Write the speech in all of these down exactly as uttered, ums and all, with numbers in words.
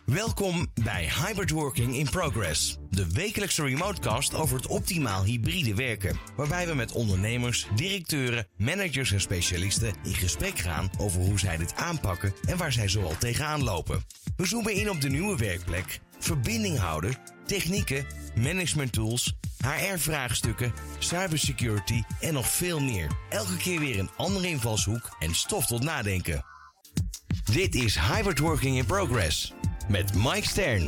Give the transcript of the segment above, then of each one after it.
Welkom bij Hybrid Working in Progress, de wekelijkse remotecast over het optimaal hybride werken, waarbij we met ondernemers, directeuren, managers en specialisten in gesprek gaan over hoe zij dit aanpakken en waar zij zoal tegenaan lopen. We zoomen in op de nieuwe werkplek, verbinding houden, technieken, management tools, H R-vraagstukken, cybersecurity en nog veel meer. Elke keer weer een andere invalshoek en stof tot nadenken. Dit is Hybrid Working in Progress met Mike Stern.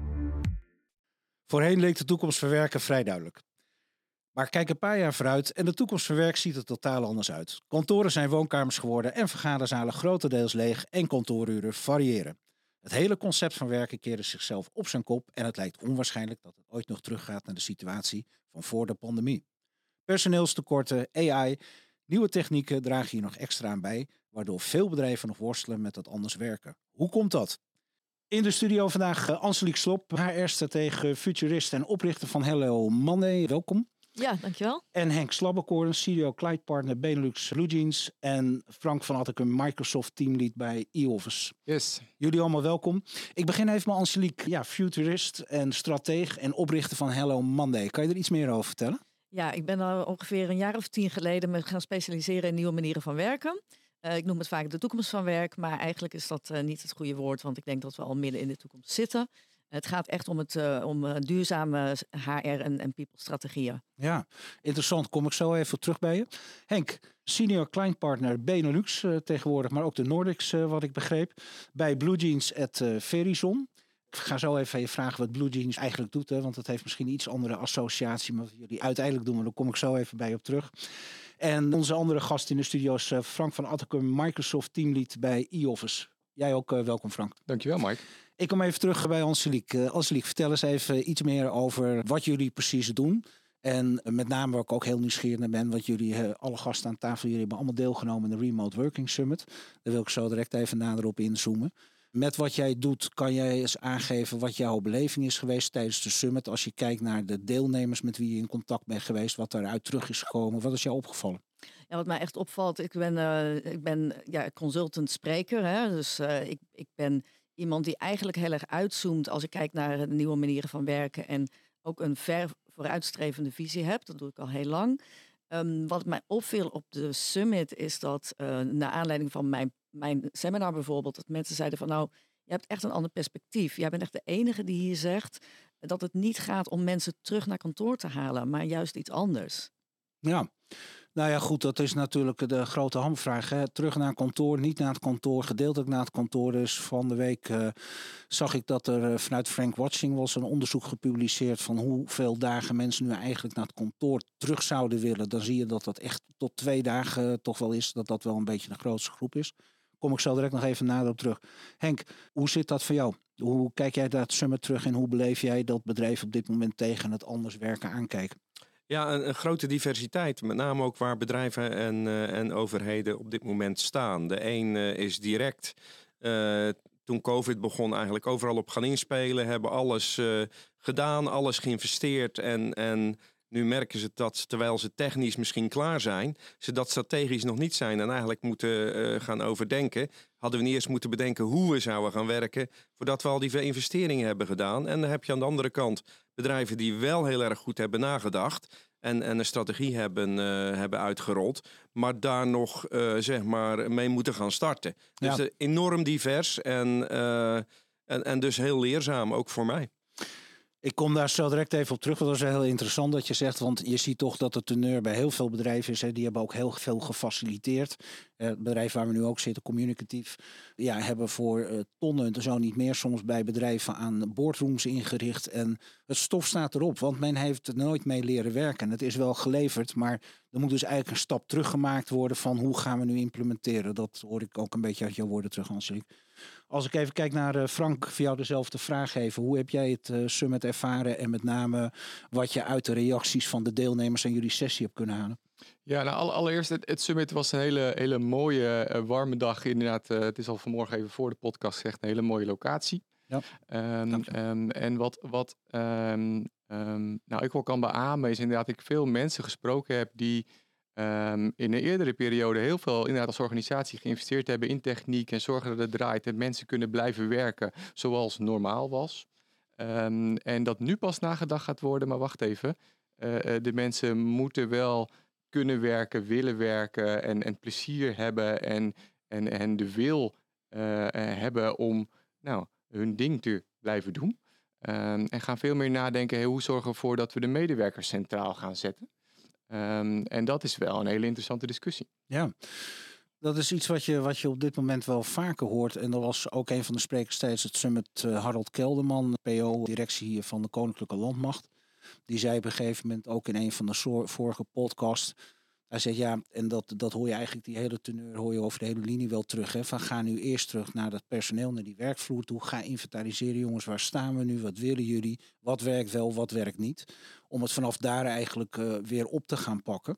Voorheen leek de toekomst van werken vrij duidelijk. Maar kijk een paar jaar vooruit en de toekomst van werk ziet er totaal anders uit. Kantoren zijn woonkamers geworden en vergaderzalen grotendeels leeg en kantooruren variëren. Het hele concept van werken keerde zichzelf op zijn kop en het lijkt onwaarschijnlijk dat het ooit nog teruggaat naar de situatie van voor de pandemie. Personeelstekorten, A I, nieuwe technieken dragen hier nog extra aan bij, waardoor veel bedrijven nog worstelen met dat anders werken. Hoe komt dat? In de studio vandaag uh, Angelique Slop, H R-stratege, futurist en oprichter van Hello Monday. Welkom. Ja, dankjewel. En Henk Slabbekoorn, C E O Clyde Partner Benelux BlueJeans. En Frank van Attekum, Microsoft Teamlead bij e-Office. Yes. Jullie allemaal welkom. Ik begin even met Angelique, ja, futurist en strateeg en oprichter van Hello Monday. Kan je er iets meer over vertellen? Ja, ik ben al ongeveer een jaar of tien geleden me gaan specialiseren in nieuwe manieren van werken. Uh, ik noem het vaak de toekomst van werk, maar eigenlijk is dat uh, niet het goede woord, want ik denk dat we al midden in de toekomst zitten. Het gaat echt om, het, uh, om uh, duurzame H R en, en people strategieën. Ja, interessant. Kom ik zo even terug bij je. Henk, senior client partner Benelux uh, tegenwoordig, maar ook de Nordics, uh, wat ik begreep. Bij BlueJeans at uh, Verizon. Ik ga zo even aan je vragen wat BlueJeans eigenlijk doet, hè, want het heeft misschien een iets andere associatie met wat jullie uiteindelijk doen, maar daar kom ik zo even bij op terug. En onze andere gast in de studio is uh, Frank van Attekum, Microsoft Teamlead bij e-Office. Jij ook uh, welkom, Frank. Dankjewel, Mike. Ik kom even terug bij Angelique. Uh, Angelique, vertel eens even iets meer over wat jullie precies doen. En uh, met name waar ik ook heel nieuwsgierig naar ben, wat jullie, uh, alle gasten aan tafel, jullie hebben allemaal deelgenomen in de Remote Working Summit. Daar wil ik zo direct even nader op inzoomen. Met wat jij doet, kan jij eens aangeven wat jouw beleving is geweest tijdens de summit. Als je kijkt naar de deelnemers met wie je in contact bent geweest, wat daaruit terug is gekomen. Wat is jou opgevallen? Ja, wat mij echt opvalt, ik ben, uh, ik ben ja, consultant spreker. Hè? Dus uh, ik, ik ben iemand die eigenlijk heel erg uitzoomt als ik kijk naar de nieuwe manieren van werken. En ook een ver vooruitstrevende visie heb. Dat doe ik al heel lang. Um, wat mij opviel op de summit is dat, uh, naar aanleiding van mijn, mijn seminar bijvoorbeeld, dat mensen zeiden van nou, je hebt echt een ander perspectief. Jij bent echt de enige die hier zegt dat het niet gaat om mensen terug naar kantoor te halen, maar juist iets anders. Ja, nou ja goed, dat is natuurlijk de grote hamvraag. Hè? Terug naar kantoor, niet naar het kantoor, gedeeltelijk naar het kantoor. Dus van de week uh, zag ik dat er uh, vanuit Frank Watching was een onderzoek gepubliceerd van hoeveel dagen mensen nu eigenlijk naar het kantoor terug zouden willen. Dan zie je dat dat echt tot twee dagen uh, toch wel is, dat dat wel een beetje de grootste groep is. Kom ik zo direct nog even nader op terug. Henk, hoe zit dat voor jou? Hoe kijk jij dat summit terug en hoe beleef jij dat bedrijf op dit moment tegen het anders werken aankijken? Ja, een, een grote diversiteit. Met name ook waar bedrijven en, uh, en overheden op dit moment staan. De een uh, is direct, uh, toen COVID begon, eigenlijk overal op gaan inspelen. Hebben alles uh, gedaan, alles geïnvesteerd. En, en nu merken ze dat, terwijl ze technisch misschien klaar zijn, ze dat strategisch nog niet zijn en eigenlijk moeten uh, gaan overdenken. Hadden we niet eerst moeten bedenken hoe we zouden gaan werken voordat we al die investeringen hebben gedaan. En dan heb je aan de andere kant bedrijven die wel heel erg goed hebben nagedacht en, en een strategie hebben, uh, hebben uitgerold, maar daar nog uh, zeg maar mee moeten gaan starten. Dus ja. Enorm divers en, uh, en, en dus heel leerzaam, ook voor mij. Ik kom daar zo direct even op terug, want dat is heel interessant dat je zegt, want je ziet toch dat de teneur bij heel veel bedrijven is, hè, die hebben ook heel veel gefaciliteerd. Het bedrijf waar we nu ook zitten, Communicatief, ja, hebben voor uh, tonnen, zo niet meer, soms bij bedrijven aan boardrooms ingericht en het stof staat erop, want men heeft er nooit mee leren werken. Het is wel geleverd, maar er moet dus eigenlijk een stap teruggemaakt worden van hoe gaan we nu implementeren. Dat hoor ik ook een beetje uit jouw woorden terug, Angelique. Als ik even kijk naar uh, Frank, voor jou dezelfde vraag geven. Hoe heb jij het uh, summit ervaren en met name wat je uit de reacties van de deelnemers aan jullie sessie hebt kunnen halen? Ja, nou allereerst, het, het summit was een hele, hele mooie, uh, warme dag. Inderdaad, uh, het is al vanmorgen even voor de podcast gezegd, een hele mooie locatie. Ja, um, um, en wat, wat um, um, nou, ik wel kan beamen is inderdaad dat ik veel mensen gesproken heb die um, in een eerdere periode heel veel inderdaad als organisatie geïnvesteerd hebben in techniek en zorgen dat het draait en mensen kunnen blijven werken zoals normaal was. Um, en dat nu pas nagedacht gaat worden, maar wacht even. Uh, de mensen moeten wel kunnen werken, willen werken en, en plezier hebben en, en, en de wil uh, hebben om nou, hun ding te blijven doen. Um, en gaan veel meer nadenken, hey, hoe zorgen we ervoor dat we de medewerkers centraal gaan zetten. Um, en dat is wel een hele interessante discussie. Ja, dat is iets wat je, wat je op dit moment wel vaker hoort. En dat was ook een van de sprekers tijdens het summit, uh, Harold Kelderman, P O-directie van de Koninklijke Landmacht. Die zei op een gegeven moment ook in een van de so- vorige podcasts. Hij zegt ja, en dat, dat hoor je eigenlijk, die hele teneur hoor je over de hele linie wel terug. Hè, van ga nu eerst terug naar dat personeel, naar die werkvloer toe. Ga inventariseren, jongens, waar staan we nu? Wat willen jullie? Wat werkt wel, wat werkt niet? Om het vanaf daar eigenlijk uh, weer op te gaan pakken.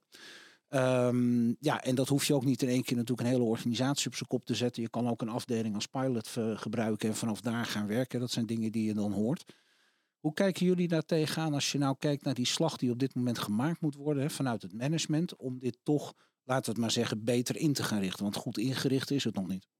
Um, ja, en dat hoef je ook niet in één keer natuurlijk een hele organisatie op zijn kop te zetten. Je kan ook een afdeling als pilot uh, gebruiken en vanaf daar gaan werken. Dat zijn dingen die je dan hoort. Hoe kijken jullie daar tegenaan als je nou kijkt naar die slag die op dit moment gemaakt moet worden, hè, vanuit het management, om dit toch, laten we het maar zeggen, beter in te gaan richten? Want goed ingericht is het nog niet.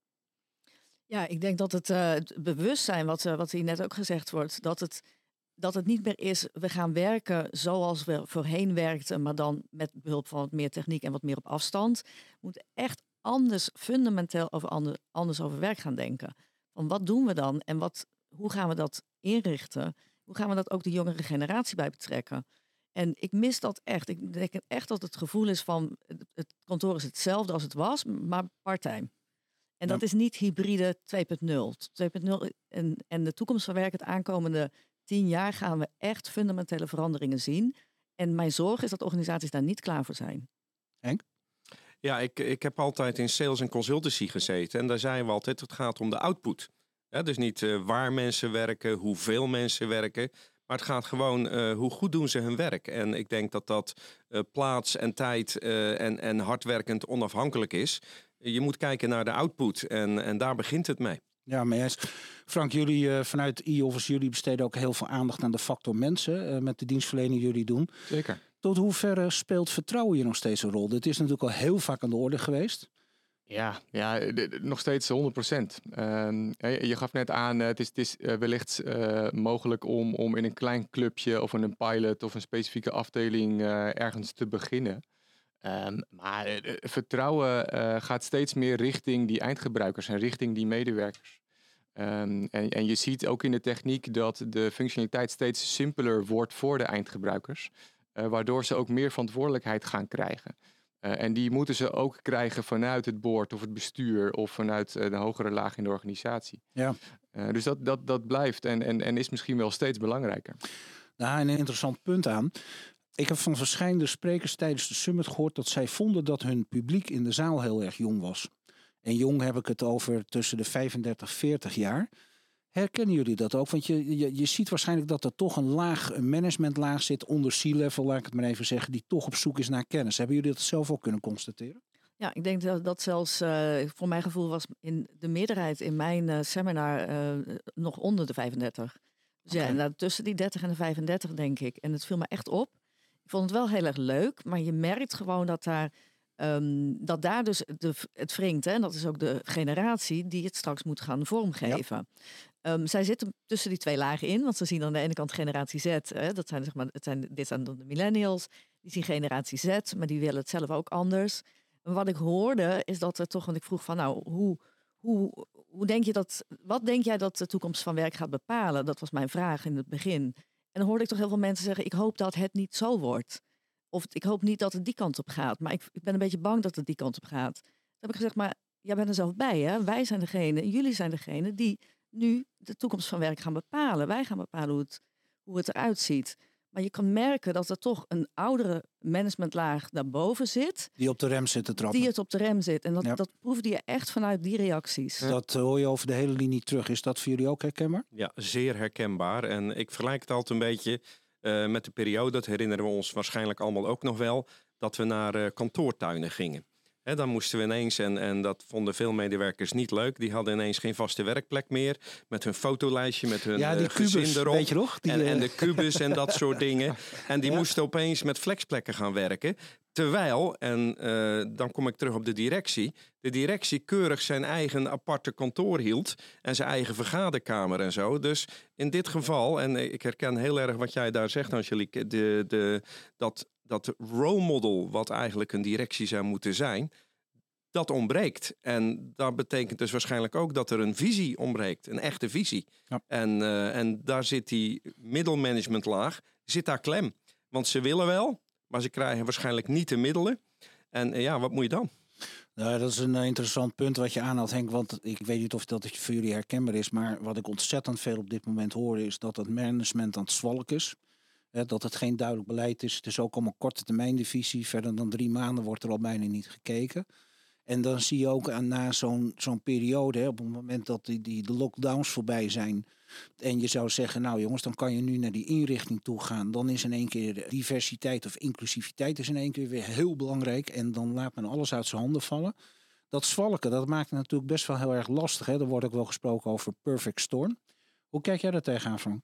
Ja, ik denk dat het, uh, het bewustzijn, wat, uh, wat hier net ook gezegd wordt, dat het, dat het niet meer is, we gaan werken zoals we voorheen werkten, maar dan met behulp van wat meer techniek en wat meer op afstand. We moeten echt anders, fundamenteel over ander, anders over werk gaan denken. Van wat doen we dan en wat, hoe gaan we dat inrichten? Hoe gaan we dat ook de jongere generatie bij betrekken? En ik mis dat echt. Ik denk echt dat het gevoel is van het kantoor is hetzelfde als het was, maar part-time. En dat ja. is niet hybride twee punt nul. twee punt nul en, en de toekomst van werk, het aankomende tien jaar gaan we echt fundamentele veranderingen zien. En mijn zorg is dat organisaties daar niet klaar voor zijn. Henk? Ja, ik, ik heb altijd in sales en consultancy gezeten. En daar zeiden we altijd, het gaat om de output. Ja, dus niet uh, waar mensen werken, hoeveel mensen werken. Maar het gaat gewoon, uh, hoe goed doen ze hun werk. En ik denk dat dat uh, plaats en tijd uh, en, en hardwerkend onafhankelijk is. Je moet kijken naar de output en, en daar begint het mee. Ja, maar yes. Frank, jullie uh, vanuit e-office, jullie besteden ook heel veel aandacht aan de factor mensen. Uh, met de dienstverlening jullie doen. Zeker. Tot hoeverre speelt vertrouwen hier nog steeds een rol? Dit is natuurlijk al heel vaak aan de orde geweest. Ja, ja d- d- nog steeds honderd procent. Uh, je gaf net aan, uh, het is, het is uh, wellicht uh, mogelijk om, om in een klein clubje of in een pilot of een specifieke afdeling uh, ergens te beginnen. Um, maar uh, vertrouwen uh, gaat steeds meer richting die eindgebruikers en richting die medewerkers. Um, en, en je ziet ook in de techniek dat de functionaliteit steeds simpeler wordt voor de eindgebruikers. Uh, waardoor ze ook meer verantwoordelijkheid gaan krijgen. Uh, en die moeten ze ook krijgen vanuit het board of het bestuur of vanuit uh, de hogere laag in de organisatie. Ja. Uh, dus dat, dat, dat blijft en, en, en is misschien wel steeds belangrijker. Daar een interessant punt aan. Ik heb van verschillende sprekers tijdens de summit gehoord dat zij vonden dat hun publiek in de zaal heel erg jong was. En jong heb ik het over tussen de vijfendertig en veertig jaar. Herkennen jullie dat ook? Want je, je, je ziet waarschijnlijk dat er toch een laag, een managementlaag zit onder C-level, laat ik het maar even zeggen, die toch op zoek is naar kennis. Hebben jullie dat zelf ook kunnen constateren? Ja, ik denk dat dat zelfs, uh, voor mijn gevoel was in de meerderheid in mijn uh, seminar uh, nog onder de vijfendertig. Dus okay. ja, nou, tussen die dertig en de vijfendertig denk ik. En het viel me echt op. Ik vond het wel heel erg leuk, maar je merkt gewoon dat daar, um, dat daar dus de, het wringt. Hè? En dat is ook de generatie die het straks moet gaan vormgeven. Ja. Um, zij zitten tussen die twee lagen in, want ze zien aan de ene kant generatie Z. Hè? Dat zijn, zeg maar, het zijn, dit zijn dan de millennials. Die zien generatie Z, maar die willen het zelf ook anders. En wat ik hoorde is dat er toch, want ik vroeg van nou, hoe, hoe, hoe denk je dat, wat denk jij dat de toekomst van werk gaat bepalen? Dat was mijn vraag in het begin. En dan hoorde ik toch heel veel mensen zeggen, ik hoop dat het niet zo wordt. Of ik hoop niet dat het die kant op gaat. Maar ik, ik ben een beetje bang dat het die kant op gaat. Toen heb ik gezegd, maar jij bent er zelf bij, hè? Wij zijn degene, jullie zijn degene die nu de toekomst van werk gaan bepalen. Wij gaan bepalen hoe het, hoe het eruit ziet. Maar je kan merken dat er toch een oudere managementlaag daarboven zit. Die op de rem zit te trappen. Die het op de rem zit. En dat, ja. dat proefde je echt vanuit die reacties. Ja. Dat hoor je over de hele linie terug. Is dat voor jullie ook herkenbaar? Ja, zeer herkenbaar. En ik vergelijk het altijd een beetje uh, met de periode. Dat herinneren we ons waarschijnlijk allemaal ook nog wel. Dat we naar uh, kantoortuinen gingen. He, dan moesten we ineens, en, en dat vonden veel medewerkers niet leuk, die hadden ineens geen vaste werkplek meer. Met hun fotolijstje, met hun ja, die uh, gezin kubus, erop. weet je nog? Die, en, uh... en de kubus en dat soort dingen. En die ja. moesten opeens met flexplekken gaan werken. Terwijl, en uh, dan kom ik terug op de directie, de directie keurig zijn eigen aparte kantoor hield en zijn eigen vergaderkamer en zo. Dus in dit geval, en ik herken heel erg wat jij daar zegt, Angelique, de, de, dat, dat role model wat eigenlijk een directie zou moeten zijn, dat ontbreekt. En dat betekent dus waarschijnlijk ook dat er een visie ontbreekt, een echte visie. Ja. En, uh, en daar zit die middelmanagementlaag, zit daar klem. Want ze willen wel, maar ze krijgen waarschijnlijk niet de middelen. En uh, ja, wat moet je dan? Nou, dat is een uh, interessant punt wat je aanhaalt, Henk. Want ik weet niet of dat voor jullie herkenbaar is. Maar wat ik ontzettend veel op dit moment hoor is dat het management aan het zwalken is. Hè, dat het geen duidelijk beleid is. Het is ook allemaal korte termijn divisie. Verder dan drie maanden wordt er al bijna niet gekeken. En dan zie je ook aan, na zo'n, zo'n periode, hè, op het moment dat die, die de lockdowns voorbij zijn. En je zou zeggen, nou jongens, dan kan je nu naar die inrichting toe gaan. Dan is in één keer diversiteit of inclusiviteit is in één keer weer heel belangrijk. En dan laat men alles uit zijn handen vallen. Dat zwalken, dat maakt het natuurlijk best wel heel erg lastig. Hè? Er wordt ook wel gesproken over perfect storm. Hoe kijk jij daar tegenaan, Frank?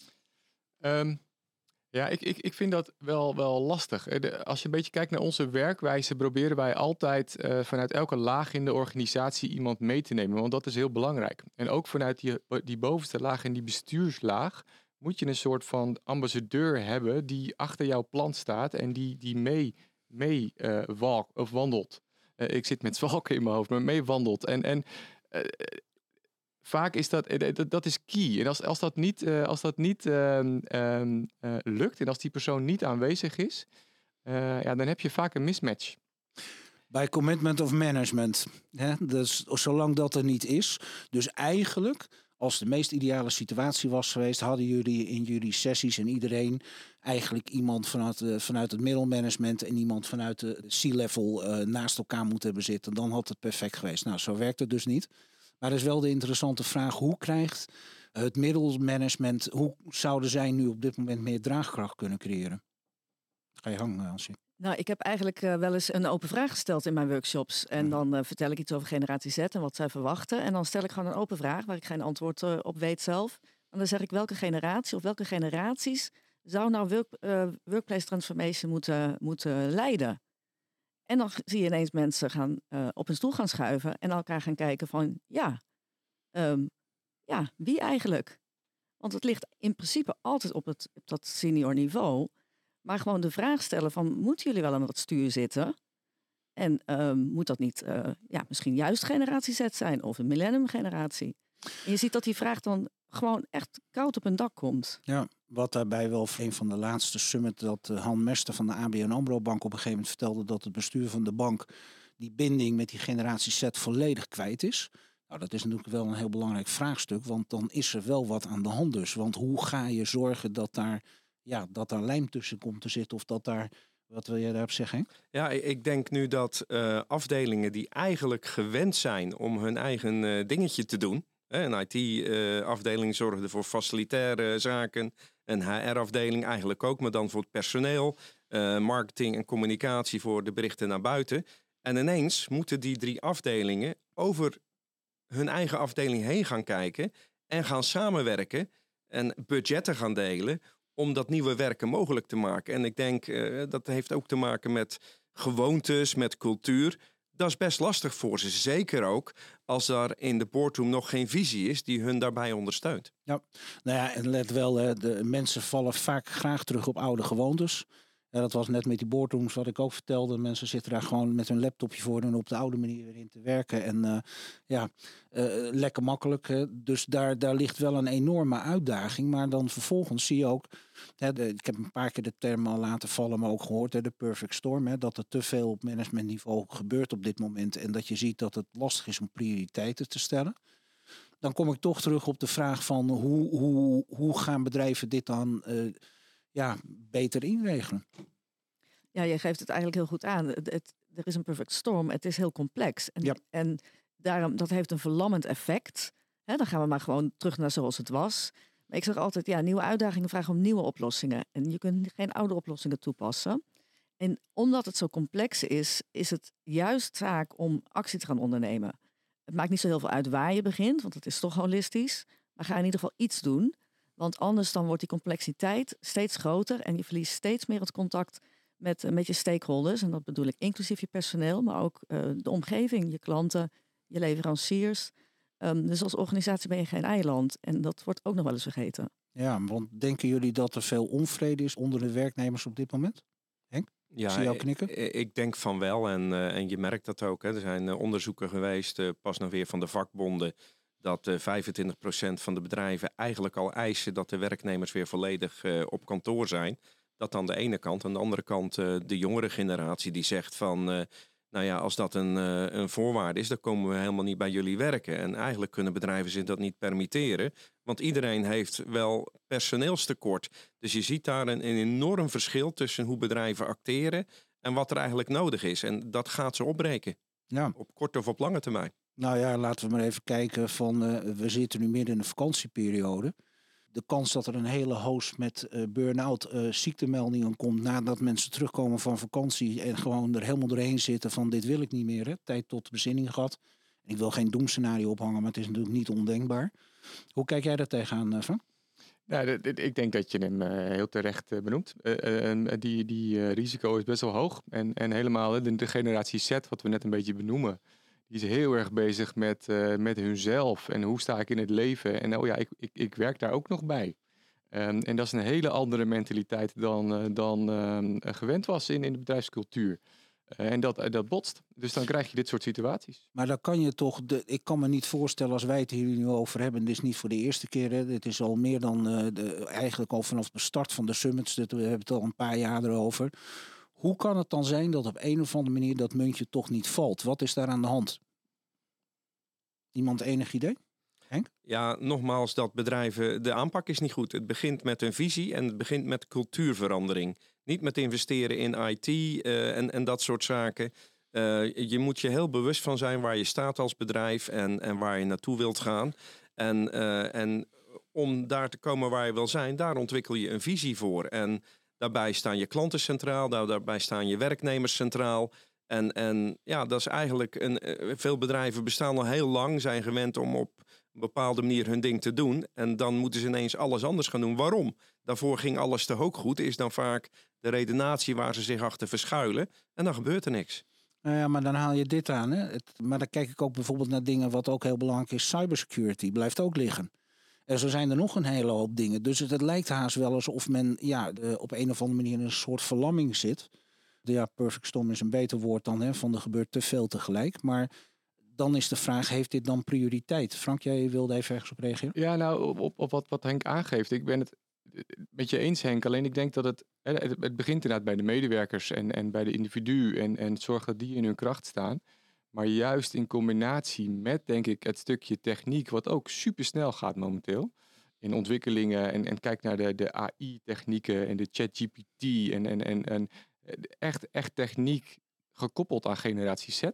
Um, ja, ik, ik, ik vind dat wel, wel lastig. De, als je een beetje kijkt naar onze werkwijze, proberen wij altijd uh, vanuit elke laag in de organisatie iemand mee te nemen. Want dat is heel belangrijk. En ook vanuit die, die bovenste laag en die bestuurslaag moet je een soort van ambassadeur hebben die achter jouw plan staat en die, die mee, mee uh, walk, of wandelt. Uh, ik zit met zwalken in mijn hoofd, maar mee wandelt. En, en uh, vaak is dat, dat, dat is key. En als, als dat niet, uh, als dat niet uh, uh, uh, lukt en als die persoon niet aanwezig is, uh, ja, dan heb je vaak een mismatch. Bij commitment of management. Hè? Dus zolang dat er niet is. Dus eigenlijk, als de meest ideale situatie was geweest, hadden jullie in jullie sessies en iedereen eigenlijk iemand vanuit, uh, vanuit het middelmanagement en iemand vanuit de C-level uh, naast elkaar moeten hebben zitten. Dan had het perfect geweest. Nou, zo werkt het dus niet. Maar dat is wel de interessante vraag. Hoe krijgt het middelmanagement, hoe zouden zij nu op dit moment meer draagkracht kunnen creëren? Ga je hangen, Hansie? Nou, ik heb eigenlijk uh, wel eens een open vraag gesteld in mijn workshops. En dan uh, vertel ik iets over generatie Z en wat zij verwachten. En dan stel ik gewoon een open vraag waar ik geen antwoord uh, op weet zelf. En dan zeg ik welke generatie of welke generaties zou nou work, uh, workplace transformation moeten, moeten leiden? En dan zie je ineens mensen gaan uh, op hun stoel gaan schuiven en elkaar gaan kijken van ja, um, ja, wie eigenlijk? Want het ligt in principe altijd op, het, op dat senior niveau. Maar gewoon de vraag stellen van moeten jullie wel aan dat stuur zitten? En um, moet dat niet uh, ja, misschien juist generatie Z zijn of een millennium generatie? En je ziet dat die vraag dan gewoon echt koud op een dak komt. Ja, wat daarbij wel een van de laatste summit dat uh, Han Mester van de A B N AMRO Bank op een gegeven moment vertelde dat het bestuur van de bank die binding met die generatie Z volledig kwijt is. Nou, dat is natuurlijk wel een heel belangrijk vraagstuk, want dan is er wel wat aan de hand dus. Want hoe ga je zorgen dat daar, ja, dat daar lijm tussen komt te zitten of dat daar... Wat wil jij daarop zeggen? Ja, ik denk nu dat uh, afdelingen die eigenlijk gewend zijn om hun eigen uh, dingetje te doen. Een I T-afdeling uh, zorgde voor facilitaire zaken. Een H R-afdeling eigenlijk ook, maar dan voor het personeel. Uh, marketing en communicatie voor de berichten naar buiten. En ineens moeten die drie afdelingen over hun eigen afdeling heen gaan kijken. En gaan samenwerken en budgetten gaan delen om dat nieuwe werken mogelijk te maken. En ik denk, uh, dat heeft ook te maken met gewoontes, met cultuur. Dat is best lastig voor ze. Zeker ook als er in de boardroom nog geen visie is die hun daarbij ondersteunt. Ja, nou ja, en let wel, hè, de mensen vallen vaak graag terug op oude gewoontes. Ja, dat was net met die boardrooms wat ik ook vertelde. Mensen zitten daar gewoon met hun laptopje voor en op de oude manier weer in te werken. En uh, ja, uh, lekker makkelijk. Hè. Dus daar, daar ligt wel een enorme uitdaging. Maar dan vervolgens zie je ook, hè, de, ik heb een paar keer de term al laten vallen, maar ook gehoord, hè, de perfect storm. Hè, dat er te veel op managementniveau gebeurt op dit moment. En dat je ziet dat het lastig is om prioriteiten te stellen. Dan kom ik toch terug op de vraag van hoe, hoe, hoe gaan bedrijven dit dan uh, ja, beter inregelen? Ja, je geeft het eigenlijk heel goed aan. Het, het, er is een perfect storm. Het is heel complex. En, ja. en daarom, dat heeft een verlammend effect. He, dan gaan we maar gewoon terug naar zoals het was. Maar ik zeg altijd, ja, nieuwe uitdagingen vragen om nieuwe oplossingen. En je kunt geen oude oplossingen toepassen. En omdat het zo complex is, is het juist zaak om actie te gaan ondernemen. Het maakt niet zo heel veel uit waar je begint, want het is toch holistisch. Maar ga in ieder geval iets doen. Want anders dan wordt die complexiteit steeds groter en je verliest steeds meer het contact met, uh, met je stakeholders. En dat bedoel ik inclusief je personeel, maar ook uh, de omgeving, je klanten, je leveranciers. Um, dus als organisatie ben je geen eiland. En dat wordt ook nog wel eens vergeten. Ja, want denken jullie dat er veel onvrede is onder de werknemers op dit moment? Henk? Ja, zie jou knikken. Ik, ik denk van wel. En, uh, en je merkt dat ook. Hè. Er zijn uh, onderzoeken geweest, uh, pas nog weer van de vakbonden, dat uh, vijfentwintig procent van de bedrijven eigenlijk al eisen dat de werknemers weer volledig uh, op kantoor zijn. Dat aan de ene kant. Aan de andere kant uh, de jongere generatie die zegt van, Uh, nou ja, als dat een, uh, een voorwaarde is, dan komen we helemaal niet bij jullie werken. En eigenlijk kunnen bedrijven zich dat niet permitteren. Want iedereen heeft wel personeelstekort. Dus je ziet daar een, een enorm verschil tussen hoe bedrijven acteren en wat er eigenlijk nodig is. En dat gaat ze opbreken. Ja. Op korte of op lange termijn. Nou ja, laten we maar even kijken van, uh, we zitten nu midden in de vakantieperiode. De kans dat er een hele host met uh, burn-out uh, ziektemeldingen komt nadat mensen terugkomen van vakantie en gewoon er helemaal doorheen zitten van dit wil ik niet meer. Hè? Tijd tot bezinning gehad. Ik wil geen doemscenario ophangen, maar het is natuurlijk niet ondenkbaar. Hoe kijk jij daar tegenaan, uh, Frank? Nou, d- d- ik denk dat je hem uh, heel terecht uh, benoemt. Uh, uh, die die uh, risico is best wel hoog. En, en helemaal de, de generatie Z, wat we net een beetje benoemen, die is heel erg bezig met, uh, met hunzelf. En hoe sta ik in het leven? En oh ja, ik, ik, ik werk daar ook nog bij. Um, en dat is een hele andere mentaliteit dan, uh, dan uh, gewend was in, in de bedrijfscultuur. Uh, en dat, uh, dat botst. Dus dan krijg je dit soort situaties. Maar dan kan je toch, de, ik kan me niet voorstellen als wij het hier nu over hebben. Dit is niet voor de eerste keer. Hè. Dit is al meer dan, uh, de, eigenlijk al vanaf de start van de summits. Dit, we hebben het al een paar jaar erover. Hoe kan het dan zijn dat op een of andere manier dat muntje toch niet valt? Wat is daar aan de hand? Iemand enig idee? Henk? Ja, nogmaals, dat bedrijven, de aanpak is niet goed. Het begint met een visie en het begint met cultuurverandering. Niet met investeren in I T uh, en, en dat soort zaken. Uh, je moet je heel bewust van zijn waar je staat als bedrijf en, en waar je naartoe wilt gaan. En, uh, en om daar te komen waar je wil zijn, daar ontwikkel je een visie voor. En daarbij staan je klanten centraal, daar, daarbij staan je werknemers centraal. En, en ja, dat is eigenlijk een, veel bedrijven bestaan al heel lang, zijn gewend om op een bepaalde manier hun ding te doen. En dan moeten ze ineens alles anders gaan doen. Waarom? Daarvoor ging alles te ook goed, is dan vaak de redenatie waar ze zich achter verschuilen. En dan gebeurt er niks. Nou ja, maar dan haal je dit aan. Hè? Het, maar dan kijk ik ook bijvoorbeeld naar dingen wat ook heel belangrijk is. Cybersecurity blijft ook liggen. En zo zijn er nog een hele hoop dingen. Dus het, het lijkt haast wel alsof men ja, de, op een of andere manier in een soort verlamming zit. De, ja, perfect storm is een beter woord dan, hè, van er gebeurt te veel tegelijk. Maar dan is de vraag, heeft dit dan prioriteit? Frank, jij wilde even ergens op reageren? Ja, nou, op, op, op wat, wat Henk aangeeft. Ik ben het met je eens, Henk. Alleen ik denk dat het, het, het begint inderdaad bij de medewerkers en, en bij de individu. En, en zorgen dat die in hun kracht staan. Maar juist in combinatie met, denk ik, het stukje techniek, wat ook supersnel gaat momenteel. In ontwikkelingen en, en kijk naar de, de A I-technieken en de ChatGPT en, en, en, en echt, echt techniek gekoppeld aan generatie Z.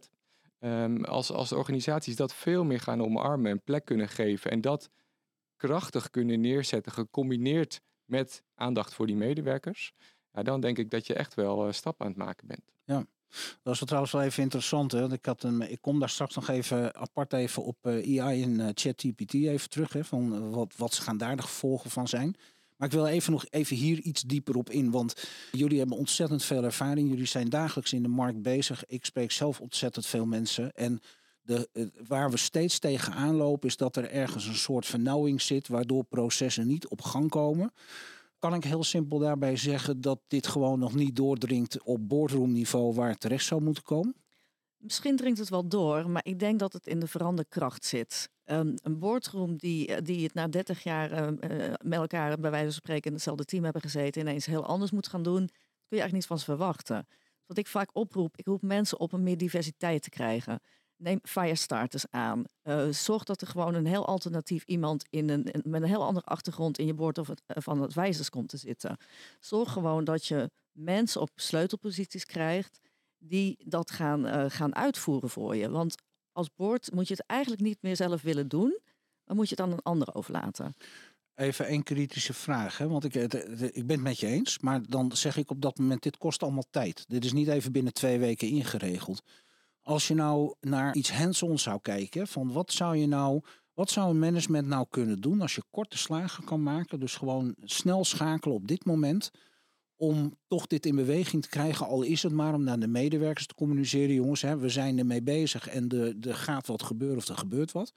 Um, als, als organisaties dat veel meer gaan omarmen en plek kunnen geven en dat krachtig kunnen neerzetten, gecombineerd met aandacht voor die medewerkers, ja, dan denk ik dat je echt wel uh, stappen aan het maken bent. Ja. Dat is wel trouwens wel even interessant. Hè? Ik, had een, ik kom daar straks nog even apart even op uh, A I en uh, ChatGPT even terug. Hè, van uh, wat, wat gaan daar de gevolgen van zijn. Maar ik wil even nog even hier iets dieper op in. Want jullie hebben ontzettend veel ervaring. Jullie zijn dagelijks in de markt bezig. Ik spreek zelf ontzettend veel mensen. En de, uh, waar we steeds tegenaan lopen is dat er ergens een soort vernauwing zit, waardoor processen niet op gang komen. Kan ik heel simpel daarbij zeggen dat dit gewoon nog niet doordringt op boardroomniveau waar het terecht zou moeten komen? Misschien dringt het wel door, maar ik denk dat het in de veranderkracht zit. Um, een boardroom die, die het na dertig jaar uh, met elkaar bij wijze van spreken in hetzelfde team hebben gezeten, ineens heel anders moet gaan doen, kun je eigenlijk niets van ze verwachten. Wat ik vaak oproep, ik roep mensen op om meer diversiteit te krijgen. Neem firestarters aan. Uh, zorg dat er gewoon een heel alternatief iemand in een, met een heel andere achtergrond in je board of het, van advisors komt te zitten. Zorg gewoon dat je mensen op sleutelposities krijgt die dat gaan, uh, gaan uitvoeren voor je. Want als board moet je het eigenlijk niet meer zelf willen doen, maar moet je het aan een ander overlaten. Even één kritische vraag, hè? Want ik, de, de, ik ben het met je eens, maar dan zeg ik op dat moment, dit kost allemaal tijd. Dit is niet even binnen twee weken ingeregeld. Als je nou naar iets hands-on zou kijken, van wat zou je nou, wat zou een management nou kunnen doen als je korte slagen kan maken, dus gewoon snel schakelen op dit moment, om toch dit in beweging te krijgen, al is het maar om naar de medewerkers te communiceren. Jongens, hè, we zijn ermee bezig en er, er gaat wat gebeuren of er gebeurt wat.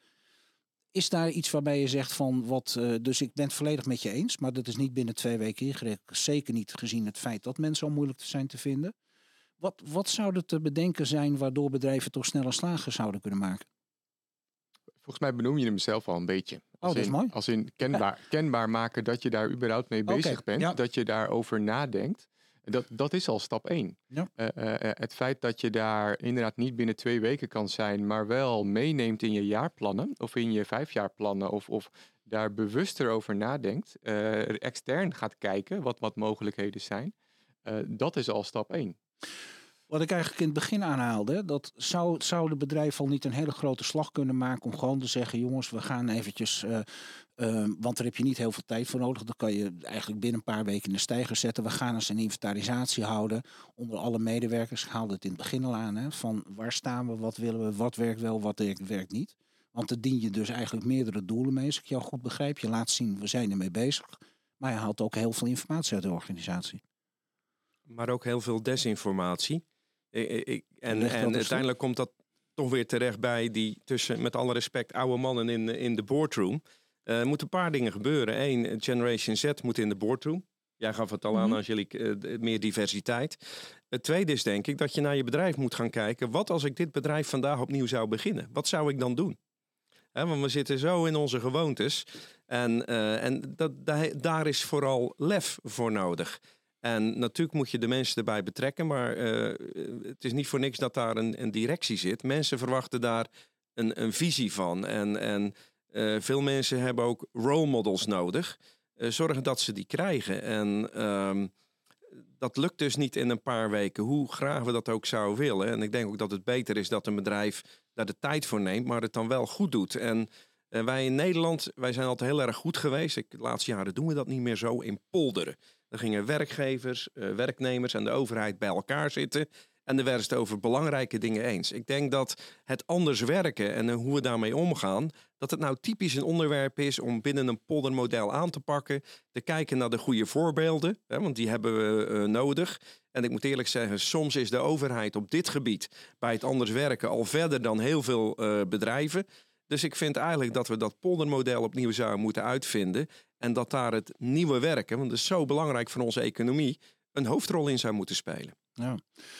Is daar iets waarbij je zegt van wat, uh, dus ik ben het volledig met je eens, maar dat is niet binnen twee weken ingericht. Zeker niet gezien het feit dat mensen al moeilijk zijn te vinden. Wat, wat zou er te bedenken zijn waardoor bedrijven toch sneller slagen zouden kunnen maken? Volgens mij benoem je hem zelf al een beetje. Als oh, dat is in, mooi. Als in kenbaar, ja. kenbaar maken dat je daar überhaupt mee bezig okay, bent. Ja. Dat je daarover nadenkt. Dat, dat is al stap één. Ja. Uh, uh, het feit dat je daar inderdaad niet binnen twee weken kan zijn, maar wel meeneemt in je jaarplannen of in je vijfjaarplannen of, of daar bewuster over nadenkt, uh, extern gaat kijken wat, wat mogelijkheden zijn. Uh, dat is al stap één. Wat ik eigenlijk in het begin aanhaalde, dat zou, zou de bedrijf al niet een hele grote slag kunnen maken om gewoon te zeggen, jongens, we gaan eventjes, uh, uh, want daar heb je niet heel veel tijd voor nodig. Dan kan je eigenlijk binnen een paar weken in de steiger zetten. We gaan eens een inventarisatie houden onder alle medewerkers. Ik haalde het in het begin al aan, hè, van waar staan we, wat willen we, wat werkt wel, wat werkt niet. Want dan dien je dus eigenlijk meerdere doelen mee, als ik jou goed begrijp. Je laat zien, we zijn ermee bezig. Maar je haalt ook heel veel informatie uit de organisatie. Maar ook heel veel desinformatie. Ik, ik, en en uiteindelijk komt dat toch weer terecht bij die tussen, met alle respect, oude mannen in, in de boardroom. Er uh, moeten een paar dingen gebeuren. Eén, Generation Z moet in de boardroom. Jij gaf het al mm-hmm. aan, Angelique, uh, meer diversiteit. Het tweede is denk ik dat je naar je bedrijf moet gaan kijken. Wat als ik dit bedrijf vandaag opnieuw zou beginnen? Wat zou ik dan doen? He, want we zitten zo in onze gewoontes. En, uh, en dat, daar, daar is vooral lef voor nodig. En natuurlijk moet je de mensen erbij betrekken, maar uh, het is niet voor niks dat daar een, een directie zit. Mensen verwachten daar een, een visie van. En, en uh, veel mensen hebben ook role models nodig. Uh, zorgen dat ze die krijgen. En um, dat lukt dus niet in een paar weken, hoe graag we dat ook zouden willen. En ik denk ook dat het beter is dat een bedrijf daar de tijd voor neemt, maar het dan wel goed doet. En uh, wij in Nederland, wij zijn altijd heel erg goed geweest. Ik, de laatste jaren doen we dat niet meer zo in polderen. Er gingen werkgevers, uh, werknemers en de overheid bij elkaar zitten. En dan werden ze het over belangrijke dingen eens. Ik denk dat het anders werken en uh, hoe we daarmee omgaan, dat het nou typisch een onderwerp is om binnen een poldermodel aan te pakken. Te kijken naar de goede voorbeelden, hè, want die hebben we uh, nodig. En ik moet eerlijk zeggen, soms is de overheid op dit gebied bij het anders werken al verder dan heel veel uh, bedrijven. Dus ik vind eigenlijk dat we dat poldermodel opnieuw zouden moeten uitvinden. En dat daar het nieuwe werken, want dat is zo belangrijk voor onze economie, een hoofdrol in zou moeten spelen. Ja.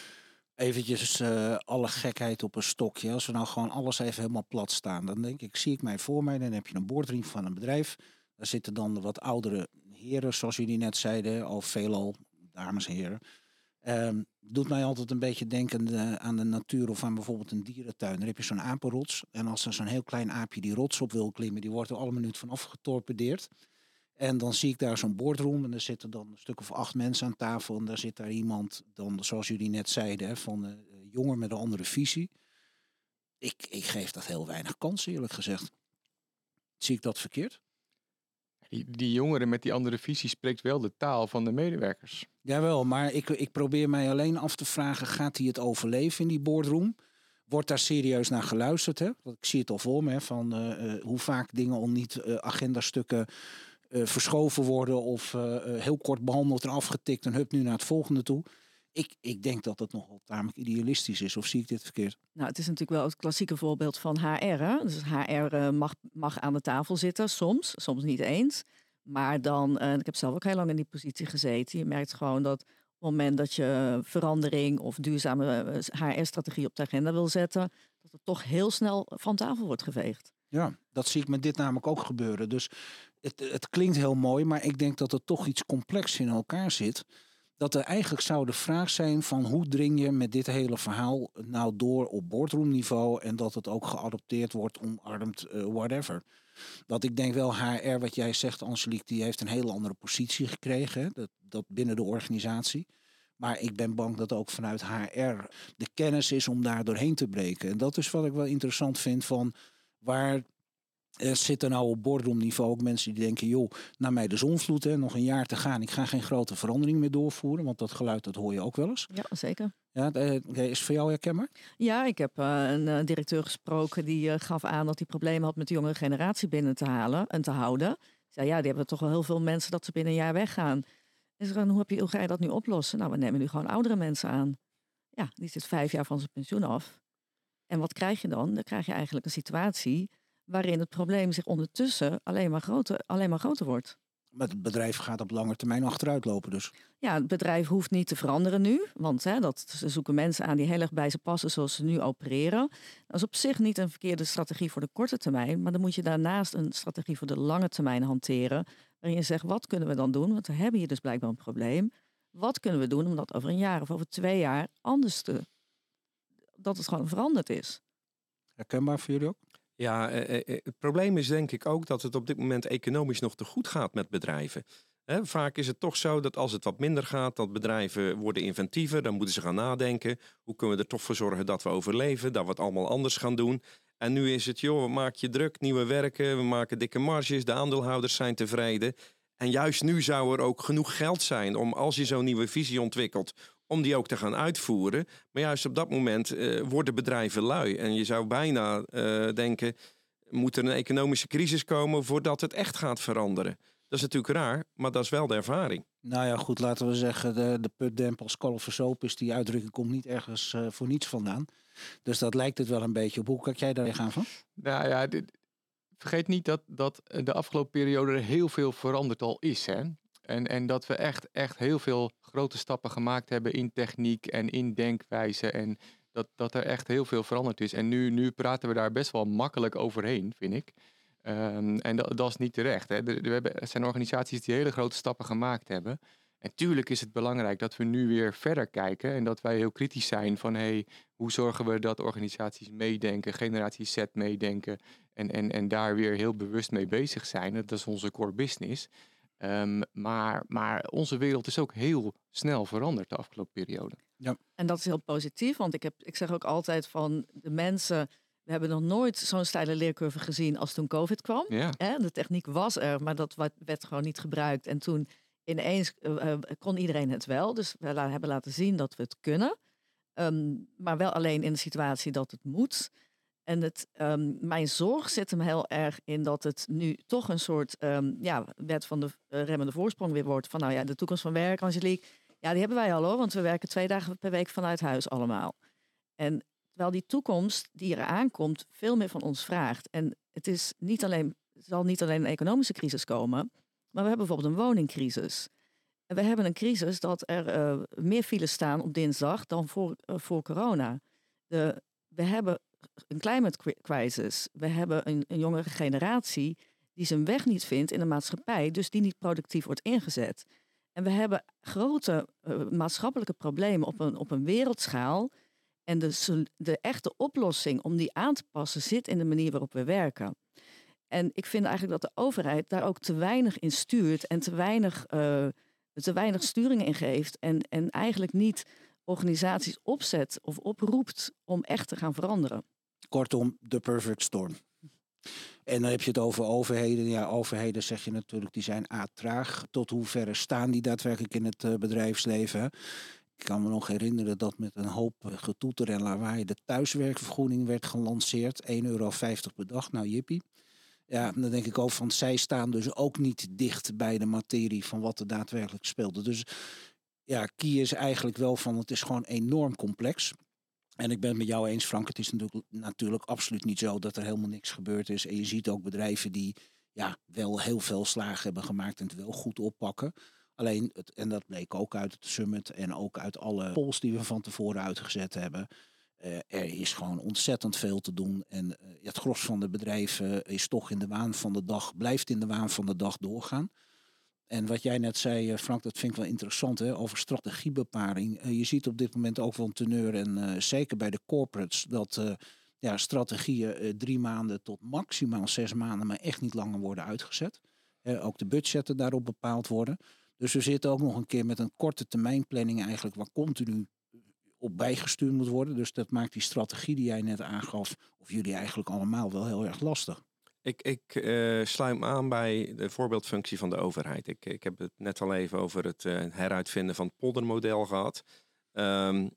Eventjes uh, alle gekheid op een stokje. Als we nou gewoon alles even helemaal plat staan, dan denk ik, zie ik mij voor mij. Dan heb je een boardroom van een bedrijf. Daar zitten dan wat oudere heren, zoals jullie net zeiden, al veelal dames en heren. Um, doet mij altijd een beetje denken uh, aan de natuur of aan bijvoorbeeld een dierentuin. Daar heb je zo'n apenrots. En als er zo'n heel klein aapje die rots op wil klimmen, die wordt er alle minuut van afgetorpedeerd. En dan zie ik daar zo'n boardroom en er zitten dan een stuk of acht mensen aan tafel. En daar zit daar iemand, dan, zoals jullie net zeiden, hè, van een uh, jongen met een andere visie. Ik, ik geef dat heel weinig kans, eerlijk gezegd. Zie ik dat verkeerd? Die, die jongeren met die andere visie spreekt wel de taal van de medewerkers. Jawel, maar ik, ik probeer mij alleen af te vragen, gaat hij het overleven in die boardroom? Wordt daar serieus naar geluisterd? Hè? Want ik zie het al voor me, hè, van uh, uh, hoe vaak dingen al niet uh, agendastukken uh, verschoven worden of uh, heel kort behandeld en afgetikt en hup nu naar het volgende toe. Ik, ik denk dat het nogal tamelijk idealistisch is, of zie ik dit verkeerd? Nou, het is natuurlijk wel het klassieke voorbeeld van H R. Hè? Dus H R uh, mag, mag aan de tafel zitten, soms, soms niet eens. Maar dan, uh, ik heb zelf ook heel lang in die positie gezeten. Je merkt gewoon dat op het moment dat je verandering of duurzame H R-strategie op de agenda wil zetten, dat het toch heel snel van tafel wordt geveegd. Ja, dat zie ik met dit namelijk ook gebeuren. Dus het, het klinkt heel mooi, maar ik denk dat er toch iets complex in elkaar zit. Dat er eigenlijk zou de vraag zijn van hoe dring je met dit hele verhaal nou door op boardroomniveau en dat het ook geadopteerd wordt, omarmd, uh, whatever. Dat ik denk wel H R, wat jij zegt, Angelique, die heeft een hele andere positie gekregen, hè? Dat, dat binnen de organisatie. Maar ik ben bang dat ook vanuit H R de kennis is om daar doorheen te breken. En dat is wat ik wel interessant vind van waar uh, zitten nou op boardroomniveau ook mensen die denken, joh, naar mij de zonvloed, hè, nog een jaar te gaan. Ik ga geen grote verandering meer doorvoeren, want dat geluid dat hoor je ook wel eens. Ja, zeker. Ja, uh, is het voor jou herkenbaar? Ja, ik heb uh, een uh, directeur gesproken die uh, gaf aan dat hij problemen had met de jongere generatie binnen te halen en te houden. Zei, ja, die hebben toch wel heel veel mensen dat ze binnen een jaar weggaan. Is er een, hoe, heb je, hoe ga je dat nu oplossen? Nou, we nemen nu gewoon oudere mensen aan. Ja, die zit vijf jaar van zijn pensioen af. En wat krijg je dan? Dan krijg je eigenlijk een situatie waarin het probleem zich ondertussen alleen maar groter, alleen maar groter wordt. Maar het bedrijf gaat op lange termijn achteruit lopen dus. Ja, het bedrijf hoeft niet te veranderen nu. Want hè, dat, ze zoeken mensen aan die heel erg bij ze passen zoals ze nu opereren. Dat is op zich niet een verkeerde strategie voor de korte termijn. Maar dan moet je daarnaast een strategie voor de lange termijn hanteren. Waarin je zegt, wat kunnen we dan doen? Want we hebben hier dus blijkbaar een probleem. Wat kunnen we doen om dat over een jaar of over twee jaar anders te... dat het gewoon veranderd is. Herkenbaar voor jullie ook? Ja, eh, eh, het probleem is denk ik ook dat het op dit moment economisch nog te goed gaat met bedrijven. He, vaak is het toch zo dat als het wat minder gaat, dat bedrijven worden inventiever. Dan moeten ze gaan nadenken. Hoe kunnen we er toch voor zorgen dat we overleven? Dat we het allemaal anders gaan doen. En nu is het, joh, maak je druk, nieuwe werken. We maken dikke marges, de aandeelhouders zijn tevreden. En juist nu zou er ook genoeg geld zijn om, als je zo'n nieuwe visie ontwikkelt, om die ook te gaan uitvoeren. Maar juist op dat moment uh, worden bedrijven lui. En je zou bijna uh, denken, moet er een economische crisis komen voordat het echt gaat veranderen? Dat is natuurlijk raar, maar dat is wel de ervaring. Nou ja, goed, laten we zeggen, de, de putdamp als kalf soap is, die uitdrukking komt niet ergens uh, voor niets vandaan. Dus dat lijkt het wel een beetje op. Hoe kijk jij daar gaan van? Nou ja, dit, vergeet niet dat, dat de afgelopen periode er heel veel veranderd al is, hè. En, en dat we echt, echt heel veel grote stappen gemaakt hebben in techniek en in denkwijze. En dat, dat er echt heel veel veranderd is. En nu, nu praten we daar best wel makkelijk overheen, vind ik. Um, en dat, dat is niet terecht. Hè. Er, we hebben, er zijn organisaties die hele grote stappen gemaakt hebben. En tuurlijk is het belangrijk dat we nu weer verder kijken. En dat wij heel kritisch zijn van, hey, hoe zorgen we dat organisaties meedenken, generatie Z meedenken. En, en, en daar weer heel bewust mee bezig zijn. Dat is onze core business. Um, maar, maar onze wereld is ook heel snel veranderd de afgelopen periode. Ja. En dat is heel positief, want ik, heb, ik zeg ook altijd van de mensen... We hebben nog nooit zo'n steile leercurve gezien als toen COVID kwam. Ja. De techniek was er, maar dat werd gewoon niet gebruikt. En toen ineens uh, kon iedereen het wel. Dus we hebben laten zien dat we het kunnen. Um, maar wel alleen in de situatie dat het moet. En het, um, mijn zorg zit hem heel erg in dat het nu toch een soort um, ja, wet van de uh, remmende voorsprong weer wordt. Van nou ja, de toekomst van werk, Angelique. Ja, die hebben wij al hoor, want we werken twee dagen per week vanuit huis allemaal. En terwijl die toekomst die er aankomt veel meer van ons vraagt. En het is niet alleen, het zal niet alleen een economische crisis komen, maar we hebben bijvoorbeeld een woningcrisis. En we hebben een crisis dat er uh, meer files staan op dinsdag dan voor, uh, voor corona. De, we hebben een climate crisis. We hebben een, een jongere generatie die zijn weg niet vindt in de maatschappij, dus die niet productief wordt ingezet. En we hebben grote uh, maatschappelijke problemen op een, op een wereldschaal. En de, de echte oplossing om die aan te passen zit in de manier waarop we werken. En ik vind eigenlijk dat de overheid daar ook te weinig in stuurt en te weinig, uh, te weinig sturingen in geeft. En, en eigenlijk niet organisaties opzet of oproept om echt te gaan veranderen. Kortom, de perfect storm. En dan heb je het over overheden. Ja, overheden zeg je natuurlijk, die zijn a traag. Tot hoeverre staan die daadwerkelijk in het uh, bedrijfsleven? Hè? Ik kan me nog herinneren dat met een hoop getoeter en lawaai de thuiswerkvergoeding werd gelanceerd. één euro vijftig per dag, nou jippie. Ja, dan denk ik ook van, zij staan dus ook niet dicht bij de materie van wat er daadwerkelijk speelde. Dus ja, key is eigenlijk wel van, het is gewoon enorm complex. En ik ben het met jou eens, Frank, het is natuurlijk, natuurlijk absoluut niet zo dat er helemaal niks gebeurd is. En je ziet ook bedrijven die ja, wel heel veel slagen hebben gemaakt en het wel goed oppakken. Alleen, het, en dat bleek ook uit het summit en ook uit alle polls die we van tevoren uitgezet hebben. Uh, er is gewoon ontzettend veel te doen. En uh, het gros van de bedrijven is toch in de waan van de dag, blijft in de waan van de dag doorgaan. En wat jij net zei, uh, Frank, dat vind ik wel interessant, hè, over strategiebepaling. Uh, je ziet op dit moment ook wel een teneur, en uh, zeker bij de corporates, dat uh, ja, strategieën uh, drie maanden tot maximaal zes maanden, maar echt niet langer worden uitgezet. Uh, ook de budgetten daarop bepaald worden. Dus we zitten ook nog een keer met een korte termijn planning eigenlijk waar continu op bijgestuurd moet worden. Dus dat maakt die strategie die jij net aangaf, of jullie eigenlijk allemaal, wel heel erg lastig. Ik, ik uh, sluit me aan bij de voorbeeldfunctie van de overheid. Ik, ik heb het net al even over het uh, heruitvinden van het poldermodel gehad. Um,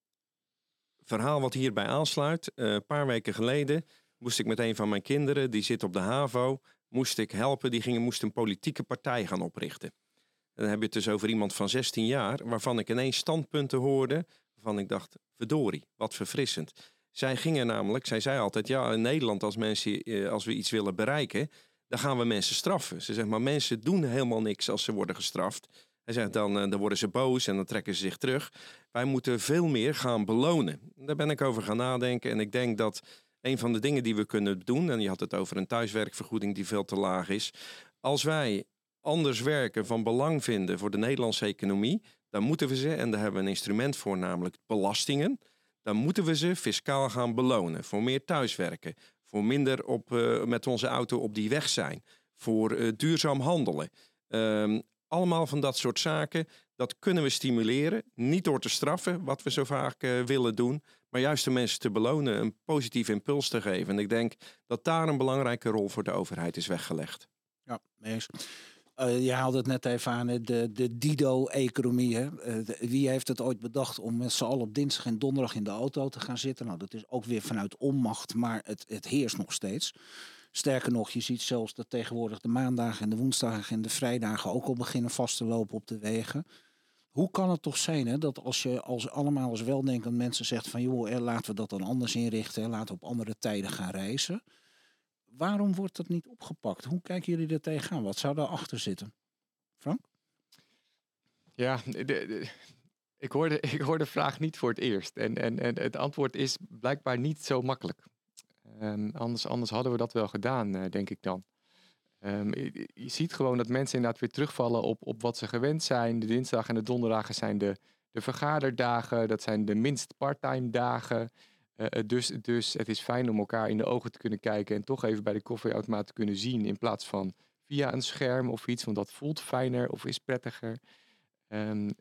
verhaal wat hierbij aansluit. Een uh, paar weken geleden moest ik met een van mijn kinderen, die zit op de HAVO, moest ik helpen. Die gingen, moest een politieke partij gaan oprichten. dan heb je het dus over iemand van zestien jaar... waarvan ik ineens standpunten hoorde... waarvan ik dacht, verdorie, wat verfrissend. Zij gingen namelijk, zij zei altijd... ja, in Nederland als, mensen, als we iets willen bereiken... dan gaan we mensen straffen. Ze zegt, maar mensen doen helemaal niks als ze worden gestraft. Hij zegt, dan, dan worden ze boos en dan trekken ze zich terug. Wij moeten veel meer gaan belonen. Daar ben ik over gaan nadenken. En ik denk dat een van de dingen die we kunnen doen... en je had het over een thuiswerkvergoeding die veel te laag is... als wij anders werken van belang vinden voor de Nederlandse economie... dan moeten we ze, en daar hebben we een instrument voor, namelijk belastingen... dan moeten we ze fiscaal gaan belonen voor meer thuiswerken... voor minder op, uh, met onze auto op die weg zijn... voor uh, duurzaam handelen... Um, Allemaal van dat soort zaken, dat kunnen we stimuleren. Niet door te straffen, wat we zo vaak uh, willen doen. Maar juist de mensen te belonen, een positief impuls te geven. En ik denk dat daar een belangrijke rol voor de overheid is weggelegd. Ja, eens. Uh, je haalde het net even aan, de, de Dido-economie. Hè? Uh, de, wie heeft het ooit bedacht om met z'n allen op dinsdag en donderdag in de auto te gaan zitten? Nou, dat is ook weer vanuit onmacht, maar het, het heerst nog steeds. Sterker nog, je ziet zelfs dat tegenwoordig de maandagen en de woensdagen en de vrijdagen ook al beginnen vast te lopen op de wegen. Hoe kan het toch zijn hè, dat als je als allemaal als weldenkend mensen zegt van joh, eh, laten we dat dan anders inrichten, hè, laten we op andere tijden gaan reizen. Waarom wordt dat niet opgepakt? Hoe kijken jullie er tegenaan? Wat zou daarachter zitten? Frank? Ja, de, de, ik, hoor de, ik hoor de vraag niet voor het eerst. En, en, en het antwoord is blijkbaar niet zo makkelijk. Um, anders, anders hadden we dat wel gedaan, uh, denk ik dan. Um, je, je ziet gewoon dat mensen inderdaad weer terugvallen op, op wat ze gewend zijn. De dinsdag en de donderdagen zijn de, de vergaderdagen. Dat zijn de minst parttime dagen. Uh, dus, dus het is fijn om elkaar in de ogen te kunnen kijken... en toch even bij de koffieautomaat te kunnen zien... in plaats van via een scherm of iets. Want dat voelt fijner of is prettiger. Um,